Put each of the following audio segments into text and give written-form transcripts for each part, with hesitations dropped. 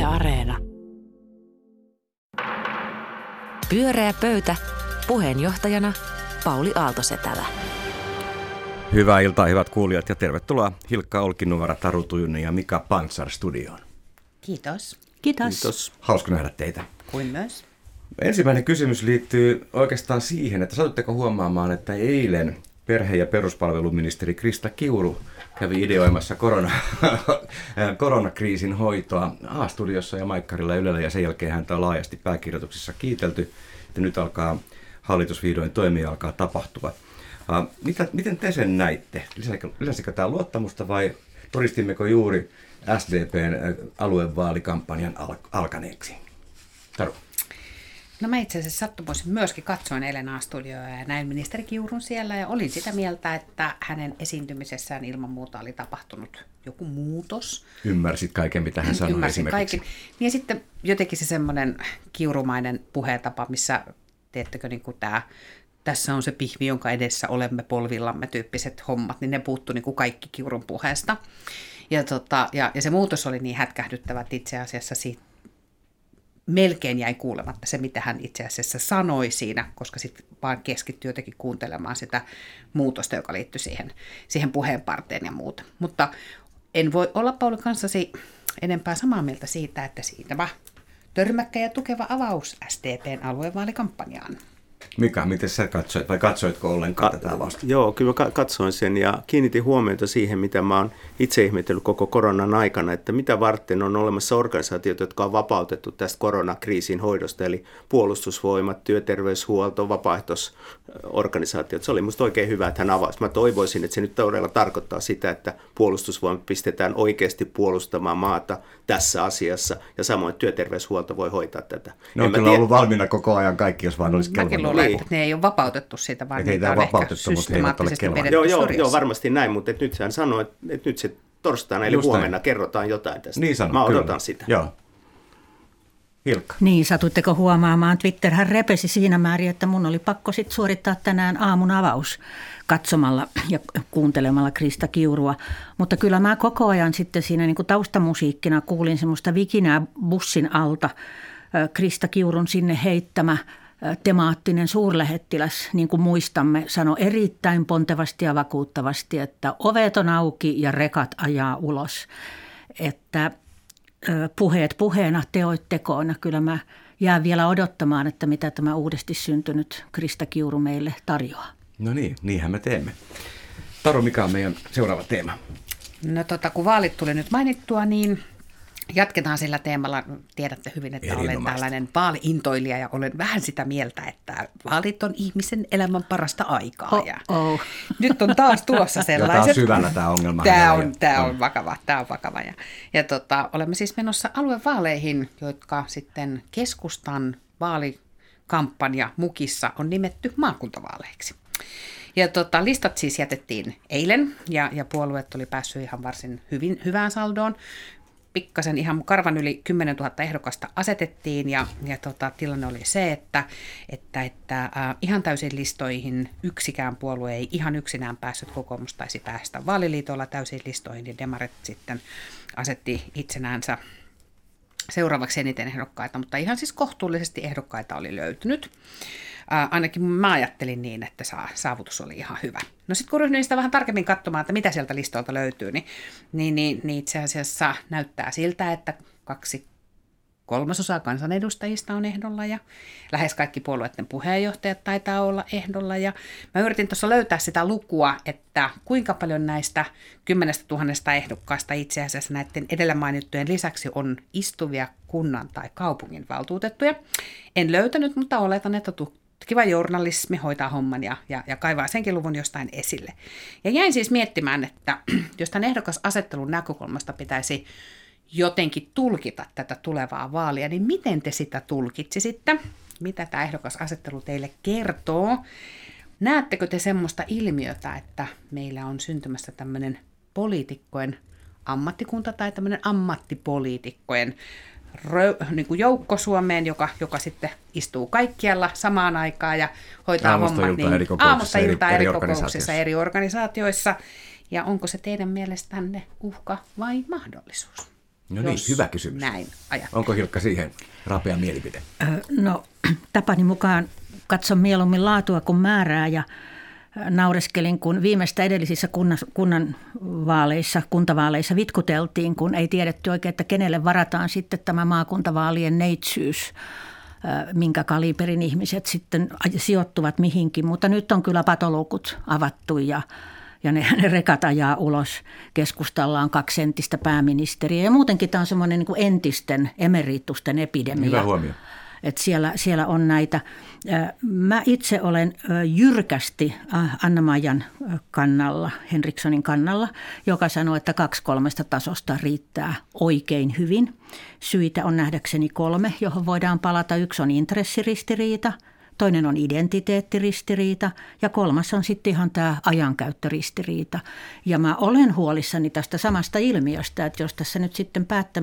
Areena. Pyöreä pöytä. Puheenjohtajana Pauli Aaltosetälä. Hyvää iltaa, hyvät kuulijat, ja tervetuloa Hilkka Olkinuora, Taru Tujunen ja Mika Pantsar studioon. Kiitos. Kiitos. Hauska nähdä teitä. Kuin myös. Ensimmäinen kysymys liittyy oikeastaan siihen, että satutteko huomaamaan, että eilen perhe- ja peruspalveluministeri Krista Kiuru kävi ideoimassa koronakriisin hoitoa A-studiossa ja Maikkarilla ja Ylellä, ja sen jälkeen häntä on laajasti pääkirjoituksissa kiitelty, että nyt alkaa hallitus vihdoin toimia, alkaa tapahtua. Miten te sen näitte? Lisäsikö tämä luottamusta vai todistimmeko juuri SDPn aluevaalikampanjan alkaneeksi? Taru. No mä itse asiassa sattumoisin myöskin katsoin eilen A-studioa ja näin ministeri Kiurun siellä ja olin sitä mieltä, että hänen esiintymisessään ilman muuta oli tapahtunut joku muutos. Ymmärsit kaiken, mitä hän sanoi esimerkiksi. Kaiken. Ja sitten jotenkin se semmoinen kiurumainen puhetapa, missä teettekö niin kuin tässä on se pihvi, jonka edessä olemme polvillamme tyyppiset hommat, niin ne puuttu niin kuin kaikki Kiurun puheesta. Ja se muutos oli niin hätkähdyttävä, että itse asiassa siitä melkein jäi kuulematta se, mitä hän itse asiassa sanoi siinä, koska sitten vaan keskittyi jotenkin kuuntelemaan sitä muutosta, joka liittyi siihen puheenparteen ja muuta. Mutta en voi olla Pauli kanssasi enempää samaa mieltä siitä, että siitä törmäkkä ja tukeva avaus SDPn aluevaalikampanjaan. Mika, miten sä katsoit, vai katsoitko ollenkaan tätä avausta? Joo, kyllä katsoin sen ja kiinnitin huomiota siihen, mitä mä oon itse ihmetellyt koko koronan aikana, että mitä varten on olemassa organisaatiot, jotka on vapautettu tästä koronakriisin hoidosta, eli puolustusvoimat, työterveyshuolto, vapaaehtoisorganisaatiot. Se oli musta oikein hyvä, että hän avasi. Mä toivoisin, että se nyt todella tarkoittaa sitä, että puolustusvoimat pistetään oikeasti puolustamaan maata tässä asiassa, ja samoin työterveyshuolto voi hoitaa tätä. Ne on kyllä ollut valmiina koko ajan kaikki, jos vaan olisi kelvannut. Mäkin luulen, että ne ei ole vapautettu siitä, vaan niitä on ehkä systemaattisesti pidetty syrjässä. Joo, varmasti näin, mutta nyt hän sanoi, että nyt se torstaina eli huomenna kerrotaan jotain tästä. Niin sanoo, mä odotan kyllä. Sitä. Joo. Hilkka. Niin, satutteko huomaamaan, Twitterhän repesi siinä määrin, että mun oli pakko sitten suorittaa tänään aamun avaus katsomalla ja kuuntelemalla Krista Kiurua. Mutta kyllä mä koko ajan sitten siinä niin kuin taustamusiikkina kuulin semmoista vikinää bussin alta. Krista Kiurun sinne heittämä temaattinen suurlähettiläs, niin kuin muistamme, sanoi erittäin pontevasti ja vakuuttavasti, että ovet on auki ja rekat ajaa ulos. Että puheet puheena, teot tekoina. Kyllä mä jään vielä odottamaan, että mitä tämä uudesti syntynyt Krista Kiuru meille tarjoaa. No niin, niinhän me teemme. Taru, mikä on meidän seuraava teema? No kun vaalit tuli nyt mainittua, niin jatketaan sillä teemalla. Tiedätte hyvin, että olen tällainen vaali-intoilija ja olen vähän sitä mieltä, että vaalit on ihmisen elämän parasta aikaa. Ja nyt on taas tulossa sellaiset. Tämä on syvällä tämä ongelma. Tämä on vakava. Ja olemme siis menossa aluevaaleihin, jotka sitten keskustan vaalikampanja mukissa on nimetty maakuntavaaleiksi. Ja listat siis jätettiin eilen ja puolueet oli päässyt ihan varsin hyvään saldoon. Pikkasen ihan karvan yli 10 000 ehdokasta asetettiin ja tilanne oli se, että ihan täysin listoihin yksikään puolue ei ihan yksinään päässyt, kokoomus taisi päästä vaaliliitolla täysin listoihin ja demaret sitten asetti itsenäänsä seuraavaksi eniten ehdokkaita, mutta ihan siis kohtuullisesti ehdokkaita oli löytynyt. Ainakin mä ajattelin niin, että saavutus oli ihan hyvä. No sitten kun ryhdyin sitä vähän tarkemmin katsomaan, että mitä sieltä listolta löytyy, niin itse asiassa näyttää siltä, että 2/3 kansanedustajista on ehdolla ja lähes kaikki puolueiden puheenjohtajat taitaa olla ehdolla. Ja mä yritin tuossa löytää sitä lukua, että kuinka paljon näistä 10 000 ehdokkaasta itse asiassa näiden edellä mainittujen lisäksi on istuvia kunnan tai kaupungin valtuutettuja. En löytänyt, mutta oletan, että kiva journalismi hoitaa homman ja kaivaa senkin luvun jostain esille. Ja jäin siis miettimään, että jos tämän ehdokasasettelun näkökulmasta pitäisi jotenkin tulkita tätä tulevaa vaalia, niin miten te sitä tulkitsisitte? Mitä tämä ehdokasasettelu teille kertoo? Näettekö te semmoista ilmiötä, että meillä on syntymässä tämmöinen poliitikkojen ammattikunta tai tämmöinen ammattipoliitikkojen niin kuin joukko Suomeen, joka sitten istuu kaikkialla samaan aikaan ja hoitaa hommat aamusta iltaan eri kokouksissa, eri organisaatioissa. Ja onko se teidän mielestänne uhka vai mahdollisuus? No niin, hyvä kysymys. Näin ajattelee. Onko Hilkka siihen rapea mielipide? No tapani mukaan katson mieluummin laatua kuin määrää ja naureskelin, kun viimeistä edellisissä kuntavaaleissa vitkuteltiin, kun ei tiedetty oikein, että kenelle varataan sitten tämä maakuntavaalien neitsyys, minkä kaliberin ihmiset sitten sijoittuvat mihinkin. Mutta nyt on kyllä patolukut avattu ja ne rekat ajaa ulos. Keskustalla on 2 entistä pääministeriä ja muutenkin tämä on semmoinen niin kuin entisten emeritusten epidemia. Hyvä huomio. Että siellä on näitä. Mä itse olen jyrkästi Anna-Maijan kannalla, Henrikssonin kannalla, joka sanoo, että 2-3 tasosta riittää oikein hyvin. Syitä on nähdäkseni 3, johon voidaan palata. 1 on intressiristiriita, toinen on identiteettiristiriita ja 3 on sitten ihan tämä ajankäyttöristiriita. Ja mä olen huolissani tästä samasta ilmiöstä, että jos tässä nyt sitten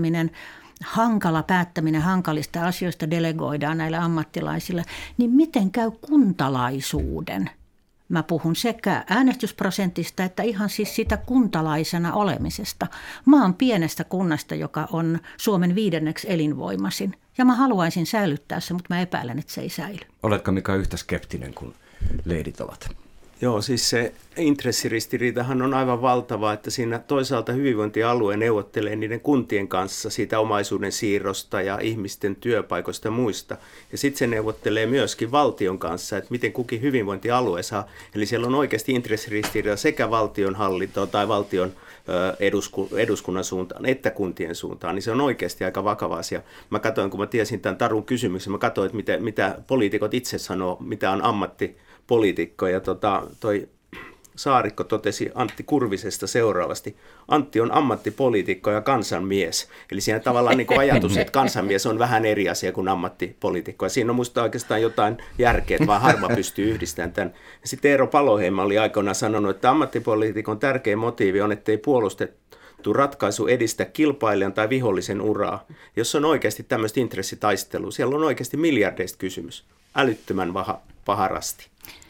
hankala päättäminen hankalista asioista delegoidaan näille ammattilaisille, niin miten käy kuntalaisuuden? Mä puhun sekä äänestysprosentista että ihan siis sitä kuntalaisena olemisesta. Mä oon pienestä kunnasta, joka on Suomen 5. elinvoimaisin. Ja mä haluaisin säilyttää se, mutta mä epäilen, että se ei säily. Oletko Mika yhtä skeptinen kuin leidit ovat? Joo, siis se intressiristiriitahan on aivan valtava, että siinä toisaalta hyvinvointialue neuvottelee niiden kuntien kanssa siitä omaisuuden siirrosta ja ihmisten työpaikoista ja muista. Ja sitten se neuvottelee myöskin valtion kanssa, että miten kukin hyvinvointialue saa. Eli siellä on oikeasti intressiristiriita sekä valtionhallintoon tai valtion eduskunnan suuntaan että kuntien suuntaan, niin se on oikeasti aika vakava asia. Mä katsoin, kun mä tiesin tämän Tarun kysymyksen, mä katsoin, että mitä poliitikot itse sanoo, mitä on ammattipoliitikko. Ja toi Saarikko totesi Antti Kurvisesta seuraavasti: Antti on ammattipoliitikko ja kansanmies. Eli siinä tavallaan niin kuin ajatus, että kansanmies on vähän eri asia kuin ammattipoliitikko. Ja siinä on musta oikeastaan jotain järkeä, että vaan harva pystyy yhdistämään tämän. Ja sitten Eero Paloheimo oli aikoinaan sanonut, että ammattipoliitikon tärkein motiivi on, ettei puolustettu ratkaisu edistä kilpailijan tai vihollisen uraa. Jos on oikeasti tämmöistä intressitaistelua, siellä on oikeasti miljardeista kysymys. Älyttömän paharasti.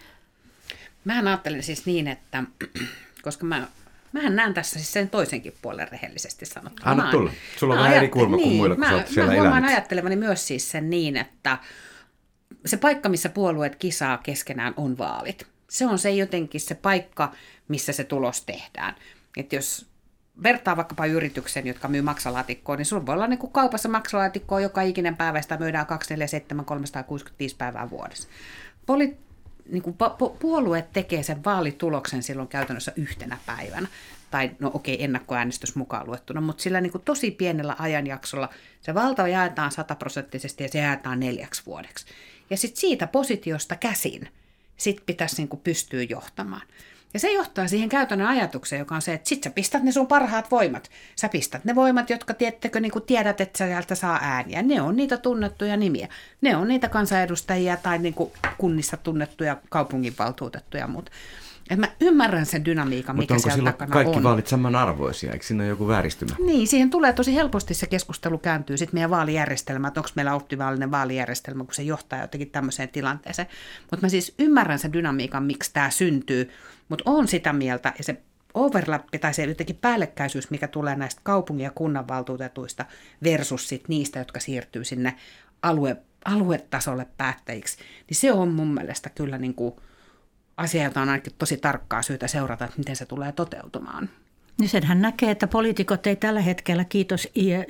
Mä ajattelen siis niin, että koska mähän näen tässä siis sen toisenkin puolen rehellisesti sanottuna. Anna tulla. Sulla on vähän eri kulma kuin muilla, kun sä oot siellä elänyt. Mä huomaan ajattelevani myös siis sen niin, että se paikka, missä puolueet kisaa keskenään, on vaalit. Se on se jotenkin se paikka, missä se tulos tehdään. Että jos vertaa vaikkapa yrityksen, jotka myy maksalaatikkoa, niin sulla voi olla niin kuin kaupassa maksalaatikkoa joka ikinen päivä, sitä myydään 247, 365 päivää vuodessa. Niin kuin puolueet tekee sen vaalituloksen silloin käytännössä yhtenä päivänä, tai no okei, ennakkoäänestys mukaan luettuna, mutta sillä niin kuin tosi pienellä ajanjaksolla se valta jaetaan 100% ja se jaetaan 4 vuodeksi. Ja sitten siitä positiosta käsin sit pitäisi niin kuin pystyä johtamaan. Ja se johtaa siihen käytännön ajatukseen, joka on se, että sit sä pistät ne sun parhaat voimat. Sä pistät ne voimat, jotka niin kuin tiedät, että sä sieltä saa ääniä. Ne on niitä tunnettuja nimiä. Ne on niitä kansanedustajia tai niin kuin kunnissa tunnettuja kaupunginvaltuutettuja ja muuta. Et mä ymmärrän sen dynamiikan, mikä siellä takana on. Mutta onko kaikki vaalit samanarvoisia? Eikö siinä ole joku vääristymä? Niin, siihen tulee tosi helposti se keskustelu kääntyy sitten meidän vaalijärjestelmä, että onko meillä optimaalinen vaalijärjestelmä, kun se johtaa jotenkin tämmöiseen tilanteeseen. Mutta mä siis ymmärrän sen dynamiikan, miksi tämä syntyy, mutta on sitä mieltä, ja se overlap tai se jotenkin päällekkäisyys, mikä tulee näistä kaupungin- ja kunnanvaltuutetuista versus sit niistä, jotka siirtyy sinne aluetasolle päättäjiksi, niin se on mun mielestä kyllä niin kuin asia, jota on ainakin tosi tarkkaa syytä seurata, että miten se tulee toteutumaan. Niin senhän näkee, että poliitikot ei tällä hetkellä, kiitos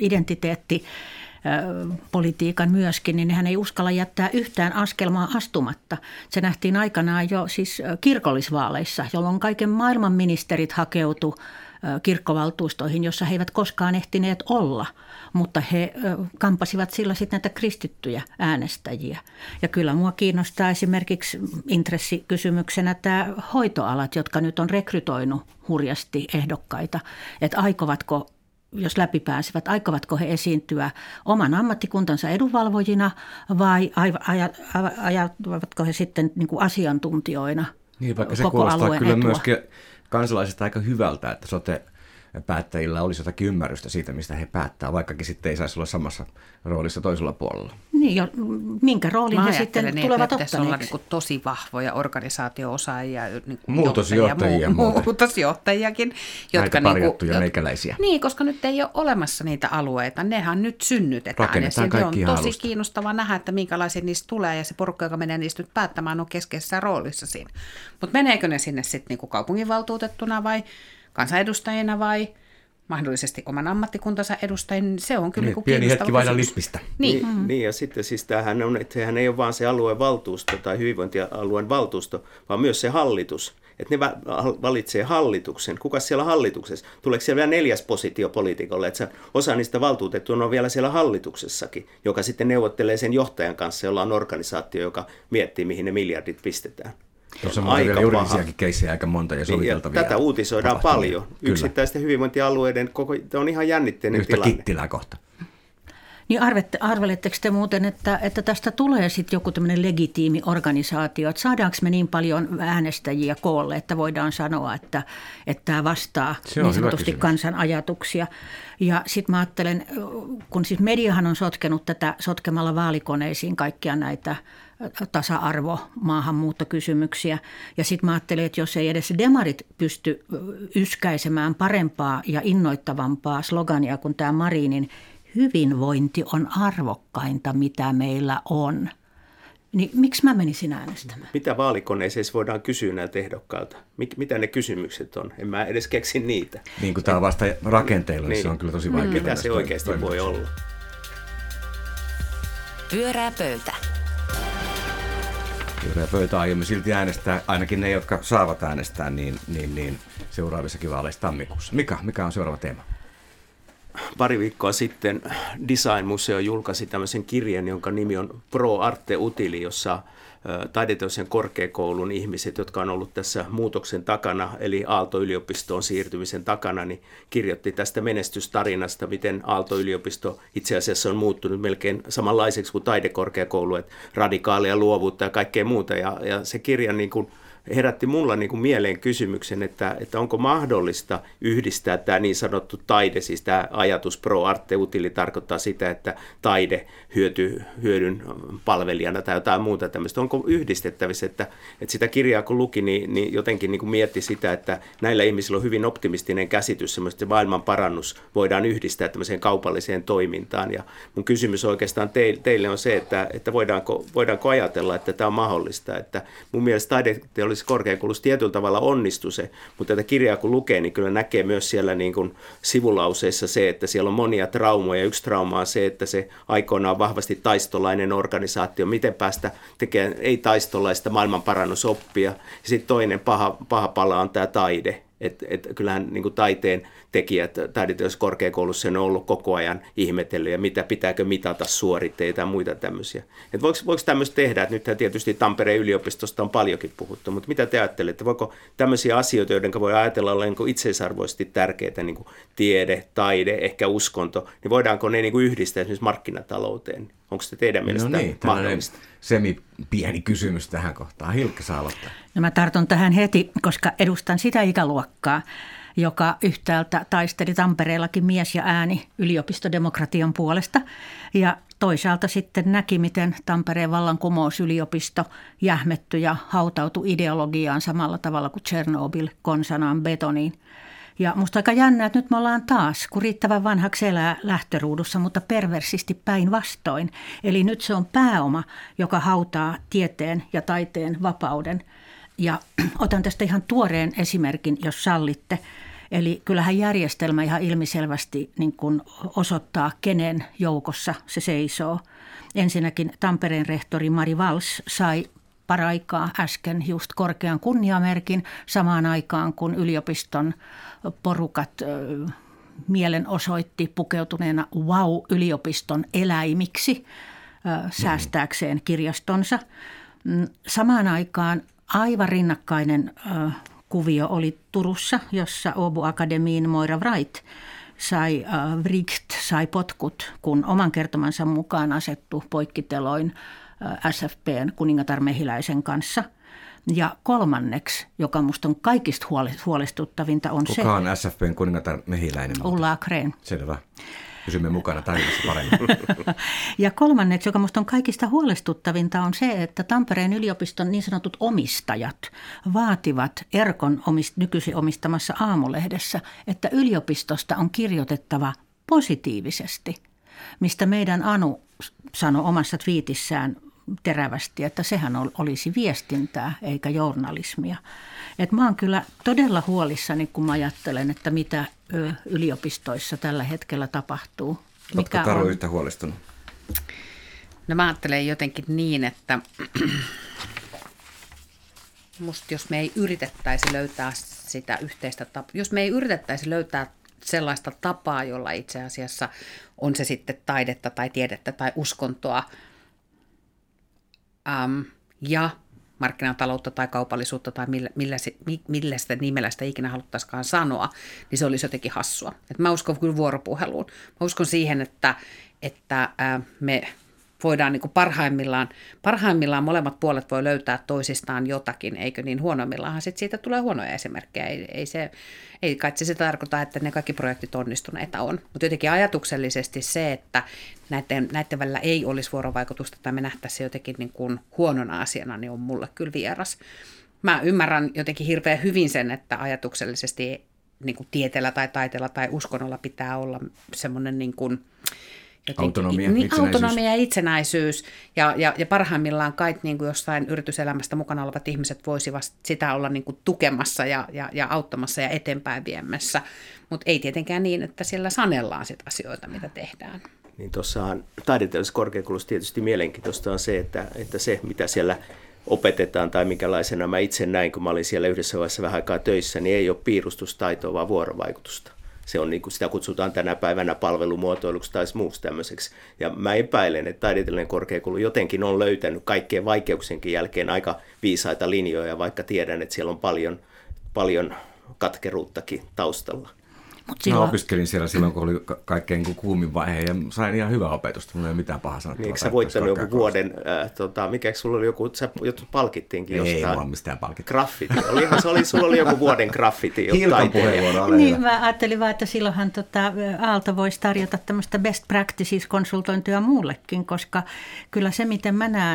identiteettipolitiikan myöskin, niin nehän ei uskalla jättää yhtään askelmaa astumatta. Se nähtiin aikanaan jo siis kirkollisvaaleissa, jolloin kaiken maailman ministerit hakeutu kirkkovaltuustoihin, jossa he eivät koskaan ehtineet olla, mutta he kampasivat sillä sitten näitä kristittyjä äänestäjiä. Ja kyllä mua kiinnostaa esimerkiksi intressikysymyksenä tämä hoitoalat, jotka nyt on rekrytoinut hurjasti ehdokkaita, että aikovatko, jos läpipääsevät, aikovatko he esiintyä oman ammattikuntansa edunvalvojina vai ajatko he sitten niin kuin asiantuntijoina niin, vaikka se koko kuulostaa alueen kyllä etua. myöskin kansalaisista aika hyvältä, että sote-päättäjillä olisi jotakin ymmärrystä siitä, mistä he päättää, vaikkakin sitten ei saisi olla samassa roolissa toisella puolella. Niin, minkä roolin he sitten tulevat ottaneeksi. Olla niin kuin tosi vahvoja organisaatio-osaajia. Niin muutosjohtajiakin. Näitä parjattuja meikäläisiä. Niin, koska nyt ei ole olemassa niitä alueita. Nehän nyt synnytetään. Rakennetaan kaikki on tosi halusta. Kiinnostava nähdä, että minkälaisia niistä tulee. Ja se porukka, joka menee niistä nyt päättämään, on keskeisessä roolissa siinä. Mutta meneekö ne sinne sitten niin kuin kaupunginvaltuutettuna vai kansanedustajina vai mahdollisesti oman ammattikuntansa edustajien, se on kyllä niin, pieni hetki vailla lippistä. Niin, ja sitten siis tämähän on, että sehän ei ole vaan se alueen valtuusto tai hyvinvointialueen valtuusto, vaan myös se hallitus. Että ne valitsee hallituksen. Kuka siellä on hallituksessa? Tuleeko siellä vielä 4. positio poliitikolle? Että osa niistä valtuutettuja on vielä siellä hallituksessakin, joka sitten neuvottelee sen johtajan kanssa, jolla on organisaatio, joka miettii, mihin ne miljardit pistetään. Tuossa on vielä juridisiakin keissejä aika monta ja soviteltavia. Tätä uutisoidaan paljon. Kyllä. Yksittäisten hyvinvointialueiden on ihan jännitteinen tilanne. Yhtä Kittilää kohta. Niin arveletteko te muuten, että tästä tulee sitten joku tämmöinen legitiimi organisaatio, että saadaanko me niin paljon äänestäjiä koolle, että voidaan sanoa, että tämä vastaa niin sanotusti kansan ajatuksia. Ja sitten mä ajattelen, kun siis mediahan on sotkenut tätä sotkemalla vaalikoneisiin kaikkia näitä tasa-arvo, maahanmuuttokysymyksiä. Ja sitten mä ajattelen, että jos ei edes demarit pysty yskäisemään parempaa ja innoittavampaa slogania kuin tämä Marinin hyvinvointi on arvokkainta, mitä meillä on. Niin miksi mä menisin äänestämään? Mitä vaalikoneissa voidaan kysyä näiltä ehdokkailta? Mitä ne kysymykset on? En mä edes keksi niitä. Niin kuin tämä on vasta rakenteilla, niin se on kyllä tosi vaikea. Mitä se oikeasti voi olla? Pyörää pöytä. Pyörää pöytä aiomme silti äänestää, ainakin ne, jotka saavat äänestää, niin seuraavissakin vaaleissa tammikuussa. Mikä on seuraava teema? Pari viikkoa sitten Design Museo julkaisi tämmöisen kirjan, jonka nimi on Pro Arte Utili, jossa taideteollisen korkeakoulun ihmiset, jotka on ollut tässä muutoksen takana, eli Aalto-yliopistoon siirtymisen takana, niin kirjoitti tästä menestystarinasta, miten Aalto-yliopisto itse asiassa on muuttunut melkein samanlaiseksi kuin taidekorkeakoulu, että radikaalia luovuutta ja kaikkea muuta. Ja se kirja niin kuin herätti mulla niin kuin mieleen kysymyksen, että onko mahdollista yhdistää tämä niin sanottu taide, siis tämä ajatus pro arte utili tarkoittaa sitä, että taide hyödyn palvelijana tai jotain muuta tämmöistä. Onko yhdistettävissä, että sitä kirjaa kun luki, niin jotenkin niin kuin mietti sitä, että näillä ihmisillä on hyvin optimistinen käsitys semmoista, että maailman parannus voidaan yhdistää tämmöiseen kaupalliseen toimintaan. Ja mun kysymys oikeastaan teille on se, että voidaanko ajatella, että tämä on mahdollista, että mun mielestä taideteollisuus korkeakoulussa tietyllä tavalla onnistui se, mutta tätä kirjaa kun lukee, niin kyllä näkee myös siellä niin kuin sivulauseissa se, että siellä on monia traumoja. Yksi trauma on se, että se aikoinaan on vahvasti taistolainen organisaatio, miten päästä tekemään ei-taistolaista maailmanparannusoppia. Ja sitten toinen paha pala on tämä taide. Että kyllähän niin kuin taiteen tekijät taideteollisessa korkeakoulussa on ollut koko ajan ihmetellyt ja mitä pitääkö mitata suoritteita ja muita tämmöisiä. Että voiko tämmöistä tehdä? Että nythän tietysti Tampereen yliopistosta on paljonkin puhuttu, mutta mitä te ajattelette? Voiko tämmöisiä asioita, joiden voi ajatella olla niin kuin itseisarvoisesti tärkeitä, niin kuin tiede, taide, ehkä uskonto, niin voidaanko ne niin kuin yhdistää esimerkiksi markkinatalouteen? Onko se teidän mielestä mahdollista? Semi-pieni kysymys tähän kohtaan. Hilkka saa aloittaa. No mä tartun tähän heti, koska edustan sitä ikäluokkaa, joka yhtäältä taisteli Tampereellakin mies ja ääni yliopistodemokratian puolesta. Ja toisaalta sitten näki, miten Tampereen vallankumousyliopisto jähmettyi ja hautautui ideologiaan samalla tavalla kuin Tšernobyl konsanaan betoniin. Ja musta aika jännä, että nyt me ollaan taas, kun riittävän vanhaksi elää lähtöruudussa, mutta perversisti päinvastoin. Eli nyt se on pääoma, joka hautaa tieteen ja taiteen vapauden. Ja otan tästä ihan tuoreen esimerkin, jos sallitte. Eli kyllähän järjestelmä ihan ilmiselvästi niin kuin osoittaa, kenen joukossa se seisoo. Ensinnäkin Tampereen rehtori Mari Vals sai paraikaa äsken just korkean kunniamerkin samaan aikaan, kun yliopiston porukat mielenosoitti pukeutuneena yliopiston eläimiksi säästääkseen kirjastonsa. Samaan aikaan aivan rinnakkainen kuvio oli Turussa, jossa Åbo Akademiin Moira Wright sai potkut, kun oman kertomansa mukaan asettui poikkiteloin SFP:n kuningatar Mehiläisen kanssa. Ja kolmanneksi, joka musta on kaikista huolestuttavinta, on Kuka on SFP:n kuningatar Mehiläinen? Ulla Akhrén. Selvä. pysymme mukana tarinassa paremmin. Ja kolmanneksi, joka minusta on kaikista huolestuttavinta, on se, että Tampereen yliopiston niin sanotut omistajat vaativat Erkon nykyisin omistamassa Aamulehdessä, että yliopistosta on kirjoitettava positiivisesti, mistä meidän Anu sanoi omassa twiitissään terävästi, että sehän olisi viestintää eikä journalismia. Et mä oon kyllä todella huolissani, kun mä ajattelen, että mitä yliopistoissa tällä hetkellä tapahtuu. Oletko Taru yhtä huolestunut? No mä ajattelen jotenkin niin, että musta jos me ei yritettäisi löytää sitä yhteistä tapaa, jos me ei yritettäisi löytää sellaista tapaa, jolla itse asiassa on se sitten taidetta tai tiedettä tai uskontoa ja markkinataloutta tai kaupallisuutta tai millä sitä nimellä sitä ikinä haluttaisikaan sanoa, niin se olisi jotenkin hassua. Et mä uskon kyllä vuoropuheluun. Mä uskon siihen, että me voidaan niin kuin parhaimmillaan molemmat puolet voi löytää toisistaan jotakin, eikö niin? Huonommillaanhan sitten siitä tulee huonoja esimerkkejä. Ei kai se tarkoita, että ne kaikki projektit onnistuneita on. Mutta jotenkin ajatuksellisesti se, että näiden välillä ei olisi vuorovaikutusta tai me nähtäisiin jotenkin niin kuin huonona asiana, niin on mulle kyllä vieras. Mä ymmärrän jotenkin hirveän hyvin sen, että ajatuksellisesti niin kuin tieteellä tai taiteella tai uskonnolla pitää olla semmoinen niin kuin autonomia ja itsenäisyys. Ja parhaimmillaan kai niin kuin jossain yrityselämästä mukana olevat ihmiset voisivat sitä olla niin kuin tukemassa ja auttamassa ja eteenpäin viemässä. Mutta ei tietenkään niin, että siellä sanellaan sit asioita, mitä tehdään. Niin tuossa taideteollisessa korkeakoulussa tietysti mielenkiintoista on se, että se mitä siellä opetetaan tai minkälaisena mä itse näin, kun mä olin siellä yhdessä vaiheessa vähän aikaa töissä, niin ei ole piirustustaitoa, vaan vuorovaikutusta. Se on niin kuin sitä kutsutaan tänä päivänä palvelumuotoiluksi tai muuksi tämmöiseksi. Ja mä epäilen, että taideteellinen korkeakoulu jotenkin on löytänyt kaikkien vaikeuksienkin jälkeen aika viisaita linjoja, vaikka tiedän, että siellä on paljon katkeruuttakin taustalla. Mä opiskelin siellä silloin, kun oli kaikkein kuumin vaihe ja sain ihan hyvää opetusta. Mulla ei ole mitään pahaa sanottavaa. Eikö sä voittanut joku vuoden, mikä sulla oli joku, sä palkittiinkin jostain? Ei mulla mistään palkittu. Graffiti. Sulla oli joku vuoden graffiti. Hilkan puheenvuoro. Niin, mä ajattelin vaan, että silloinhan Aalto voisi tarjota tämmöistä best practices-konsultointia muullekin, koska kyllä se, miten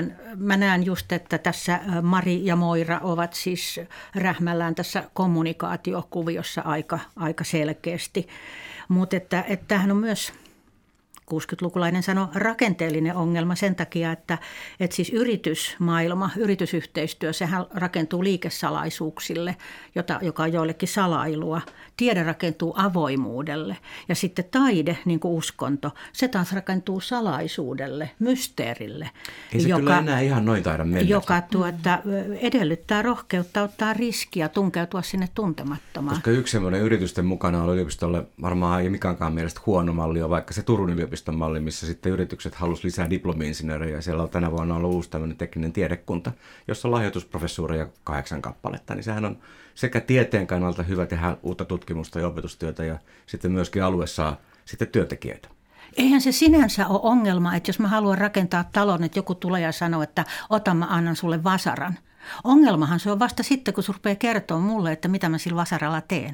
mä näen just, että tässä Mari ja Moira ovat siis rähmällään tässä kommunikaatiokuviossa aika selkeästi. Mutta että tämähän on myös, 60-lukulainen sanoi, rakenteellinen ongelma sen takia, että siis yritysmaailma, yritysyhteistyö, sehän rakentuu liikesalaisuuksille, joka on joillekin salailua. Tiede rakentuu avoimuudelle ja sitten taide, niin kuin uskonto, se taas rakentuu salaisuudelle, mysteerille. Ei se kyllä enää ihan noin taida mennä. Joka edellyttää rohkeutta ottaa riskiä, tunkeutua sinne tuntemattomaan. Koska yksi semmoinen yritysten mukana oli yliopistolle varmaan ei mikäänkaan mielestä huono malli, vaikka se Turun yliopiston malli, missä sitten yritykset halusivat lisää diplomi-insinöörejä. Siellä on tänä vuonna ollut uusi tämmöinen tekninen tiedekunta, jossa on lahjoitusprofessuureja 8 kappaletta. Niin sehän on sekä tieteen kannalta hyvä tehdä uutta tutkimusta ja opetustyötä ja sitten myöskin alue saa sitten työntekijöitä. Eihän se sinänsä ole ongelma, että jos mä haluan rakentaa talon, että joku tulee ja sanoo, että ota mä annan sulle vasaran. Ongelmahan se on vasta sitten, kun se rupeaa kertoa mulle, että mitä mä sillä vasaralla teen.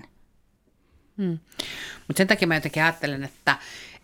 Mutta sen takia mä jotenkin ajattelen, että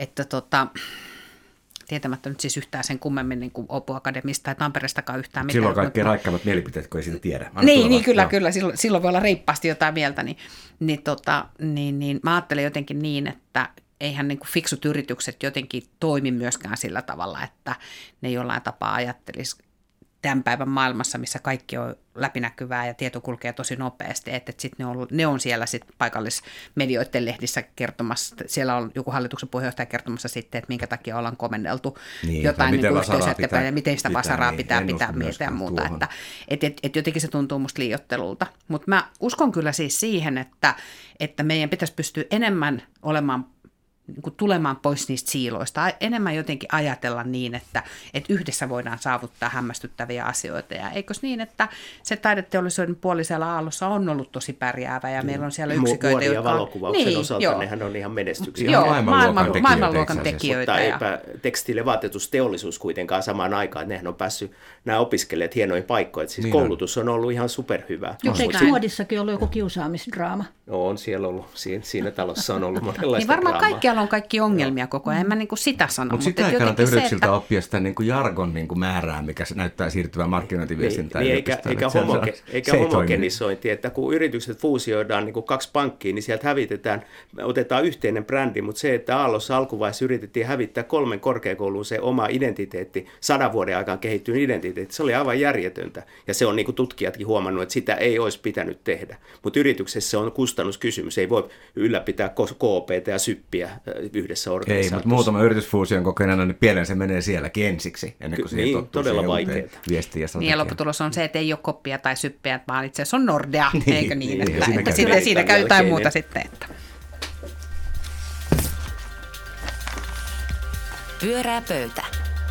tietämättä nyt siis yhtään sen kummemmin niin kuin Åbo Akademista tai Tampereestakaan yhtään mitään. Silloin kaikkein raikkaimmat mielipiteet, kun ei siitä tiedä. Niin, kyllä. Silloin voi olla reippaasti jotain mieltä. Niin mä ajattelen jotenkin niin, että eihän niin kuin fiksut yritykset jotenkin toimi myöskään sillä tavalla, että ne jollain tapaa ajattelisi tämän päivän maailmassa, missä kaikki on läpinäkyvää ja tieto kulkee tosi nopeasti, että sitten ne on siellä sit paikallismedioiden lehdissä kertomassa, siellä on joku hallituksen puheenjohtaja kertomassa sitten, että minkä takia ollaan komenneltu jotain niin yhteisöä ja miten sitä vasaraa pitää miettiä ja muuta, että jotenkin se tuntuu musta liioittelulta, mutta mä uskon kyllä siis siihen, että meidän pitäisi pystyä enemmän tulemaan pois niistä siiloista, enemmän jotenkin ajatella niin, että yhdessä voidaan saavuttaa hämmästyttäviä asioita. Ja eikös niin, että se taideteollisuuden puoli siellä Aallossa on ollut tosi pärjäävä ja meillä on siellä yksiköitä, jotka on... valokuvauksen osalta nehän on ihan menestyksiä. Joo, maailmanluokan tekijöitä. Mutta eipä tekstiili- ja vaatetusteollisuus kuitenkaan samaan aikaan. Nehän on päässyt nämä opiskelijat hienoihin paikkoihin. Siis koulutus on ollut ihan superhyvää. Eikö Muodissakin ollut joku kiusaamisdraama? No on siellä ollut. Siinä talossa on ollut monenlaista niin varmaan draamaa. siellä on kaikki ongelmia koko ajan. En mä niin kuin sitä sano. Mutta sitä ei kannata yrityksiltä oppia sitä niin kuin jargon niin kuin määrää, mikä näyttää siirtyvän markkinointiviestintään. Eikä homogenisointi, että kun yritykset fuusioidaan niin kuin 2 pankkiin, niin sieltä otetaan yhteinen brändi, mutta se, että Aallossa alkuvaiheessa yritettiin hävittää 3 korkeakouluun se oma identiteetti, 100 vuoden aikaan kehittynyt identiteetti, se oli aivan järjetöntä. Ja se on niin kuin tutkijatkin huomannut, että sitä ei olisi pitänyt tehdä. Mutta yrityksessä se on kustannuskysymys. Ei voi ylläpitää KP:tä ja SYPPiä yhdessä organisaatiossa. Ei, mutta muutama yritysfuusion kokeneena, niin pieleen se menee sielläkin ensiksi, ennen kuin siihen tottuu todella vaikeaa. Viestiä ja strategiaa. Niin, ja lopputulos on se, että ei ole koppia tai syppiä, vaan itse asiassa on Nordea, eikö niin? Että siinä käy jotain muuta sitten. Että. Pyörää pöytä.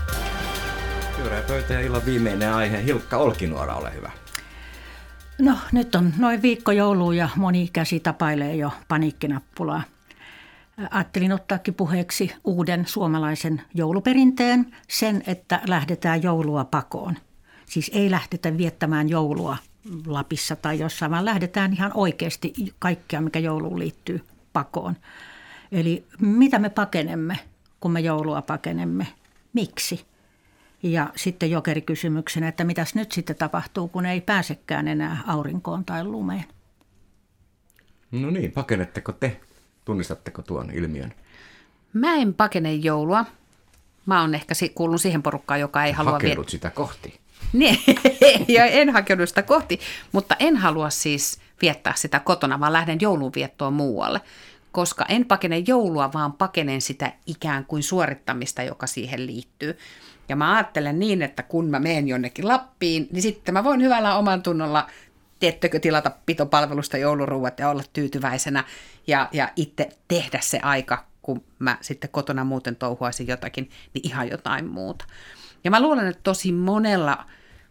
Pyörää pöytä ja illan viimeinen aihe. Hilkka Olkinuora, ole hyvä. No nyt on noin viikko joulua ja moni käsi tapailee jo paniikkinappulaa. Ajattelin ottaakin puheeksi uuden suomalaisen jouluperinteen, sen, että lähdetään joulua pakoon. Siis ei lähdetä viettämään joulua Lapissa tai jossain, vaan lähdetään ihan oikeasti kaikkea, mikä jouluun liittyy, pakoon. Eli mitä me pakenemme, kun me joulua pakenemme? Miksi? Ja sitten jokerikysymyksenä, että mitäs nyt sitten tapahtuu, kun ei pääsekään enää aurinkoon tai lumeen? No niin, pakenetteko te? Tunnistatteko tuon ilmiön? Mä en pakene joulua. Mä oon ehkä kuulun siihen porukkaan, joka ei halua hakeudut sitä kohti. Niin, ja en hakeudu sitä kohti, mutta en halua siis viettää sitä kotona, vaan lähden joulunviettoon muualle. Koska en pakene joulua, vaan pakenen sitä ikään kuin suorittamista, joka siihen liittyy. Ja mä ajattelen niin, että kun mä menen jonnekin Lappiin, niin sitten mä voin hyvällä oman tunnolla, tiettekö, tilata pitopalvelusta jouluruuat ja olla tyytyväisenä ja itse tehdä se aika, kun mä sitten kotona muuten touhuaisin jotakin, niin ihan jotain muuta. Ja mä luulen, että tosi monella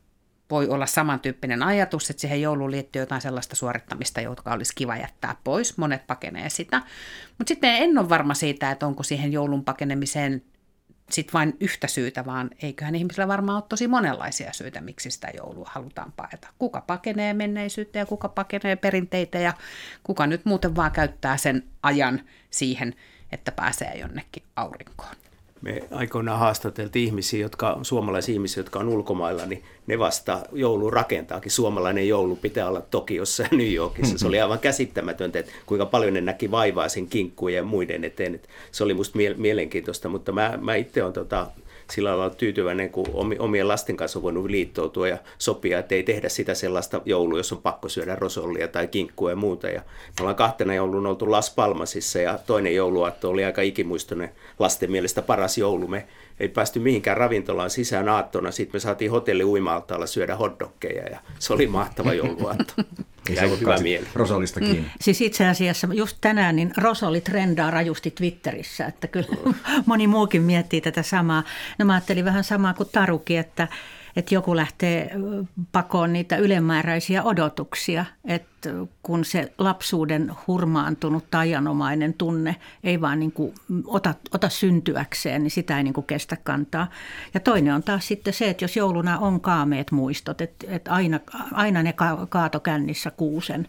voi olla samantyyppinen ajatus, että siihen jouluun liittyy jotain sellaista suorittamista, joka olisi kiva jättää pois. Monet pakenee sitä. Mutta sitten en ole varma siitä, että onko siihen joulun pakenemiseen sitten vain yhtä syytä, vaan eiköhän ihmisillä varmaan ole tosi monenlaisia syitä, miksi sitä joulua halutaan paeta. Kuka pakenee menneisyyttä ja kuka pakenee perinteitä ja kuka nyt muuten vaan käyttää sen ajan siihen, että pääsee jonnekin aurinkoon. Me aikoinaan haastateltiin suomalaisia ihmisiä, jotka on ulkomailla, niin ne vasta joulun rakentaakin. Suomalainen joulu pitää olla Tokiossa ja New Yorkissa. Se oli aivan käsittämätöntä, että kuinka paljon ne näki vaivaa sen kinkkujen ja muiden eteen. Että se oli musta mielenkiintoista, mutta mä itse olen sillä lailla tyytyväinen, kun omien lasten kanssa on voinut liittoutua ja sopia, että ei tehdä sitä sellaista joulua, jos on pakko syödä rosollia tai kinkkua ja muuta. Ja me ollaan 2 joulun oltu Las Palmasissa ja toinen jouluaatto oli aika ikimuistoinen, lasten mielestä paras joulu. Me ei päästy mihinkään ravintolaan sisään aattona, sitten me saatiin hotelli uima-altaalla syödä hotdogkeja ja se oli mahtava jouluaatto. Ja hyvä mieli. Rosolista kiinni. Siis itse asiassa just tänään niin rosoli trendaa rajusti Twitterissä, että kyllä moni muukin miettii tätä samaa. No mä ajattelin vähän samaa kuin Tarukin, että joku lähtee pakoon niitä ylimääräisiä odotuksia, että kun se lapsuuden hurmaantunut taianomainen tunne ei vaan niin kuin ota syntyäkseen, niin sitä ei niin kuin kestä kantaa. Ja toinen on taas sitten se, että jos jouluna on kaameet muistot, että aina ne kaato kännissä kuusen.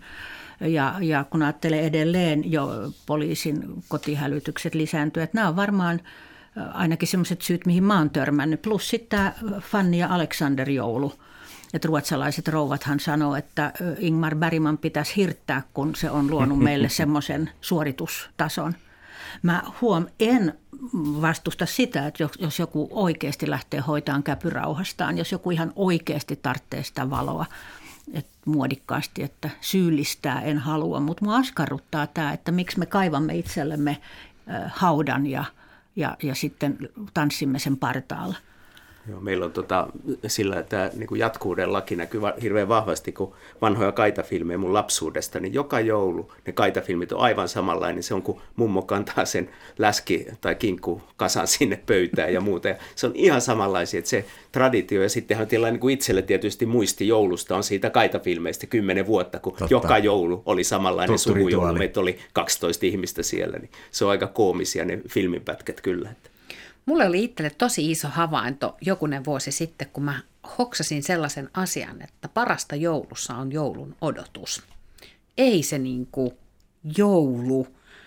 Ja kun ajattelee edelleen jo poliisin kotihälytykset lisääntyy, että nämä on varmaan ainakin sellaiset syyt, mihin mä oon törmännyt. Plus sitten tämä Fanny ja Alexander-joulu. Että ruotsalaiset rouvathan sanoo, että Ingmar Bergman pitäisi hirttää, kun se on luonut meille semmoisen suoritustason. Mä en vastusta sitä, että jos joku oikeasti lähtee hoitamaan käpyrauhastaan, jos joku ihan oikeasti tarvitsee sitä valoa, että muodikkaasti, että syyllistää en halua. Mutta mua askarruttaa tämä, että miksi me kaivamme itsellemme haudan ja sitten tanssimme sen partaalla. Joo, meillä on sillä tämä niin jatkuuden laki näkyy hirveän vahvasti, kun vanhoja kaitafilmejä mun lapsuudesta, niin joka joulu ne kaitafilmit on aivan samanlainen. Se on, kun mummo kantaa sen läski- tai kinkkukasan sinne pöytään ja muuta. Ja se on ihan samanlaisia, että se traditio ja sittenhän tällainen niin itselle tietysti muisti joulusta on siitä kaitafilmeistä 10 vuotta, kun joka joulu oli samanlainen sukujoulu. Meitä oli 12 ihmistä siellä, niin se on aika koomisia ne filminpätkät kyllä. Mulle oli itselle tosi iso havainto jokunen vuosi sitten, kun mä hoksasin sellaisen asian, että parasta joulussa on joulun odotus. Ei se niin kuin joulu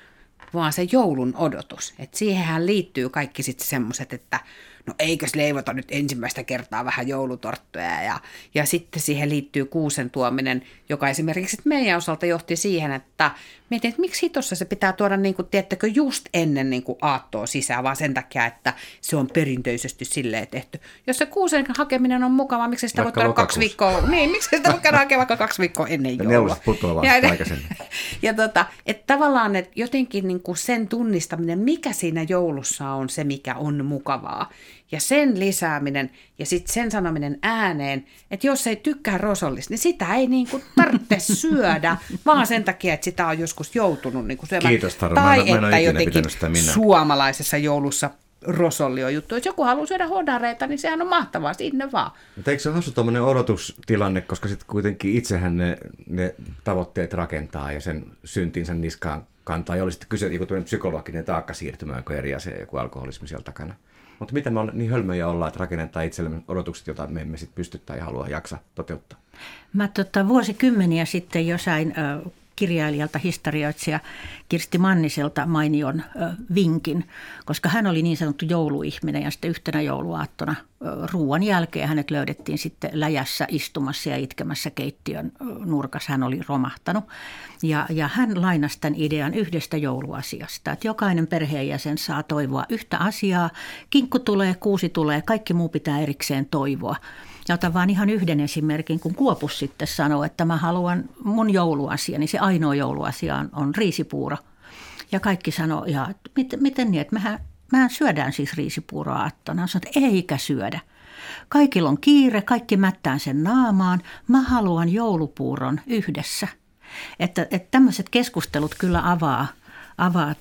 vaan se joulun odotus. Että siihenhän liittyy kaikki sitten semmoiset, että no eikös leivota nyt ensimmäistä kertaa vähän joulutorttuja. Ja sitten siihen liittyy kuusen tuominen, joka esimerkiksi meidän osalta johti siihen, että mietin, että miksi hitossa se pitää tuoda, niin kuin, tiedättekö, just ennen niin kuin aattoa sisään, vaan sen takia, että se on perinteisesti silleen tehty. Jos se kuusen hakeminen on mukava, miksi sitä voi tuoda 2 viikkoa, niin miksi sitä voi käydä hakea vaikka 2 viikkoa ennen joulua. Neuloset putoaa vasta aikaisemmin. Ja että tavallaan että jotenkin niin kuin sen tunnistaminen, mikä siinä joulussa on se, mikä on mukavaa. Ja sen lisääminen ja sitten sen sanominen ääneen, että jos ei tykkää rosollista, niin sitä ei niin kuin tarvitse syödä, vaan sen takia, että sitä on joskus joutunut niin kuin syömään. Kiitos, Taru. Tai mä en että jotenkin suomalaisessa joulussa rosolli on juttu. Jos joku haluaa syödä hodareita, niin sehän on mahtavaa, sinne vaan. Mutta eikö se ole hassu tuommoinen odotustilanne, koska sitten kuitenkin itsehän ne tavoitteet rakentaa ja sen syntinsä niskaan kantaa. Ja oli sitten kyse joku psykologinen taakkasiirtymä, onko eri asia, joku alkoholismi siellä takana. Mutta miten me niin hölmöjä ollaan, että rakennetaan itsellemme odotukset, joita me emme sitten pysty tai halua jaksa toteuttaa? Mä vuosikymmeniä sitten jo sain kirjailijalta, historioitsija Kirsti Manniselta mainion vinkin, koska hän oli niin sanottu jouluihminen ja sitten yhtenä jouluaattona ruuan jälkeen hänet löydettiin sitten läjässä istumassa ja itkemässä keittiön nurkassa. Hän oli romahtanut ja hän lainasi tämän idean yhdestä jouluasiasta, että jokainen perheenjäsen saa toivoa yhtä asiaa. Kinkku tulee, kuusi tulee, kaikki muu pitää erikseen toivoa. Ja otan vaan ihan yhden esimerkin, kun Kuopus sitten sanoo, että mä haluan mun jouluasia, niin se ainoa jouluasia on riisipuuro. Ja kaikki sanoo, ja miten niin, että mehän syödään siis riisipuuroa aattona. Sanoin, että eikä syödä. Kaikilla on kiire, kaikki mättään sen naamaan. Mä haluan joulupuuron yhdessä. Että tämmöiset keskustelut kyllä avaa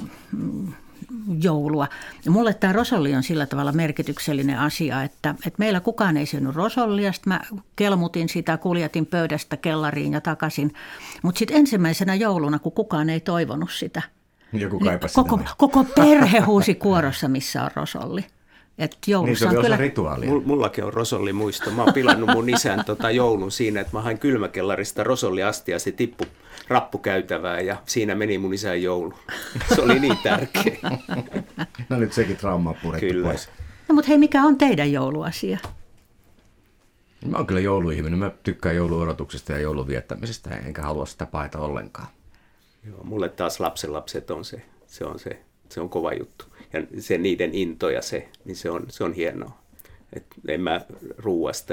joulua. Ja mulle tämä rosolli on sillä tavalla merkityksellinen asia, että meillä kukaan ei syönyt rosollia. Sitten mä kelmutin sitä, kuljetin pöydästä kellariin ja takaisin. Mutta sitten ensimmäisenä jouluna, kun kukaan ei toivonut sitä, joku kaipasi koko perhe huusi kuorossa, missä on rosolli. Että joulussa niin se on kyllä rituaalia. Mullakin on rosolli muisto. Mä oon pilannut mun isän joulun siinä, että mä hain kylmäkellarista rosolliastia, se tippui rappukäytävää ja siinä meni mun isän joulu. Se oli niin tärkeä. No nyt sekin trauma purettu pois. No mutta hei, mikä on teidän jouluasia? Mä oon kyllä jouluihminen. Mä tykkään jouluodotuksesta ja joulun viettämisestä, enkä halua sitä paeta ollenkaan. Joo, mulle taas lapsenlapset on se on kova juttu. Ja se niiden into ja niin se on hienoa. Et en mä ruuasta,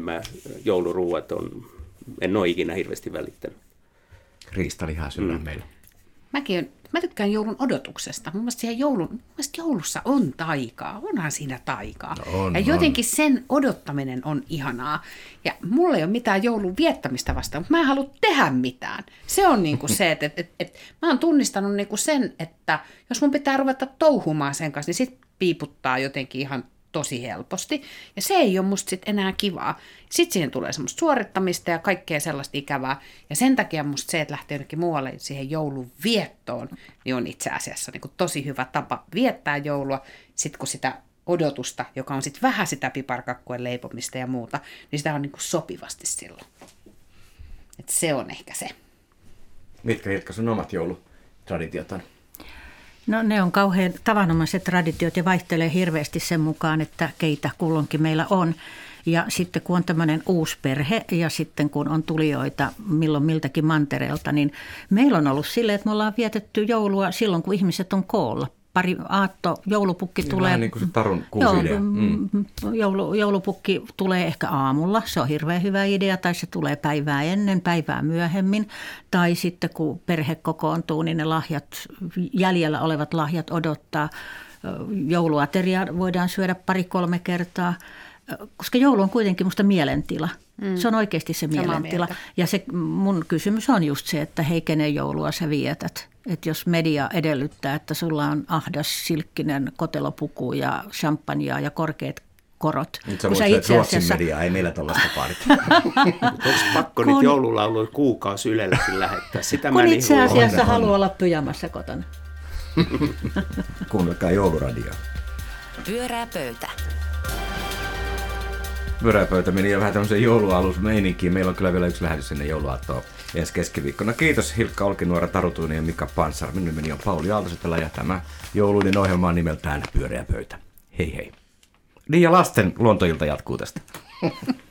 en ole ikinä hirveästi välittänyt. Riistalihaa syödään meillä. Mä tykkään joulun odotuksesta. Mun mielestä joulussa on taikaa. Onhan siinä taikaa. No on, ja jotenkin sen odottaminen on ihanaa. Ja mulla ei ole mitään joulun viettämistä vastaan, mutta mä en halua tehdä mitään. Se on niinku se, että mä oon tunnistanut niinku sen, että jos mun pitää ruveta touhumaan sen kanssa, niin sit piiputtaa jotenkin ihan tosi helposti. Ja se ei ole musta sit enää kivaa. Sitten siihen tulee semmoista suorittamista ja kaikkea sellaista ikävää. Ja sen takia musta se, että lähtee jonnekin muualle siihen joulun viettoon, niin on itse asiassa niin kuin tosi hyvä tapa viettää joulua. Sitten kun sitä odotusta, joka on sitten vähän sitä piparkakkujen leipomista ja muuta, niin sitä on niin kuin sopivasti silloin. Et se on ehkä se. Mitkä Ilkka sun omat joulutraditiot on? No ne on kauhean tavanomaiset traditiot ja vaihtelee hirveästi sen mukaan, että keitä kulloinkin meillä on. Ja sitten kun on tämmöinen uusi perhe ja sitten kun on tulijoita milloin miltäkin mantereelta, niin meillä on ollut silleen, että me ollaan vietetty joulua silloin, kun ihmiset on koolla. Pari joulupukki tulee. Vähän niin kuin se Tarun kuusi idea. Joulupukki tulee ehkä aamulla, se on hirveän hyvä idea, tai se tulee päivää ennen, päivää myöhemmin. Tai sitten kun perhe kokoontuu, niin ne jäljellä olevat lahjat odottaa. Jouluateria voidaan syödä 2-3 kertaa, koska joulu on kuitenkin musta mielentila. Se on oikeasti se mielentila. Ja se mun kysymys on just se, että hei, kenen joulua sä vietät. Että jos media edellyttää, että sulla on ahdas, silkkinen kotelopuku ja champagnea ja korkeat korot. Nyt sä muistat, että Ruotsin media ei meillä tällaista paadita. Onko pakko nyt joululauluja kuukausi Ylelläkin lähettää? Sitä kun itse asiassa haluaa olla pyjamassa kotona. Kuunnelkaa jouluradioa. Pyörää pöytä. Pyörää pöytä meni jo vähän tämmöiseen joulualusmeininkiin. Meillä on kyllä vielä yksi lähetys ennen jouluaattoa ensi keskiviikkona. Kiitos Hilkka Olkinuora, Taru Tuinen ja Mika Panssar. Minun nimeni on Pauli Aaltosetälä ja tämä jouluinen ohjelma on nimeltään Pyöreä pöytä. Hei hei. Niin ja lasten luontoilta jatkuu tästä.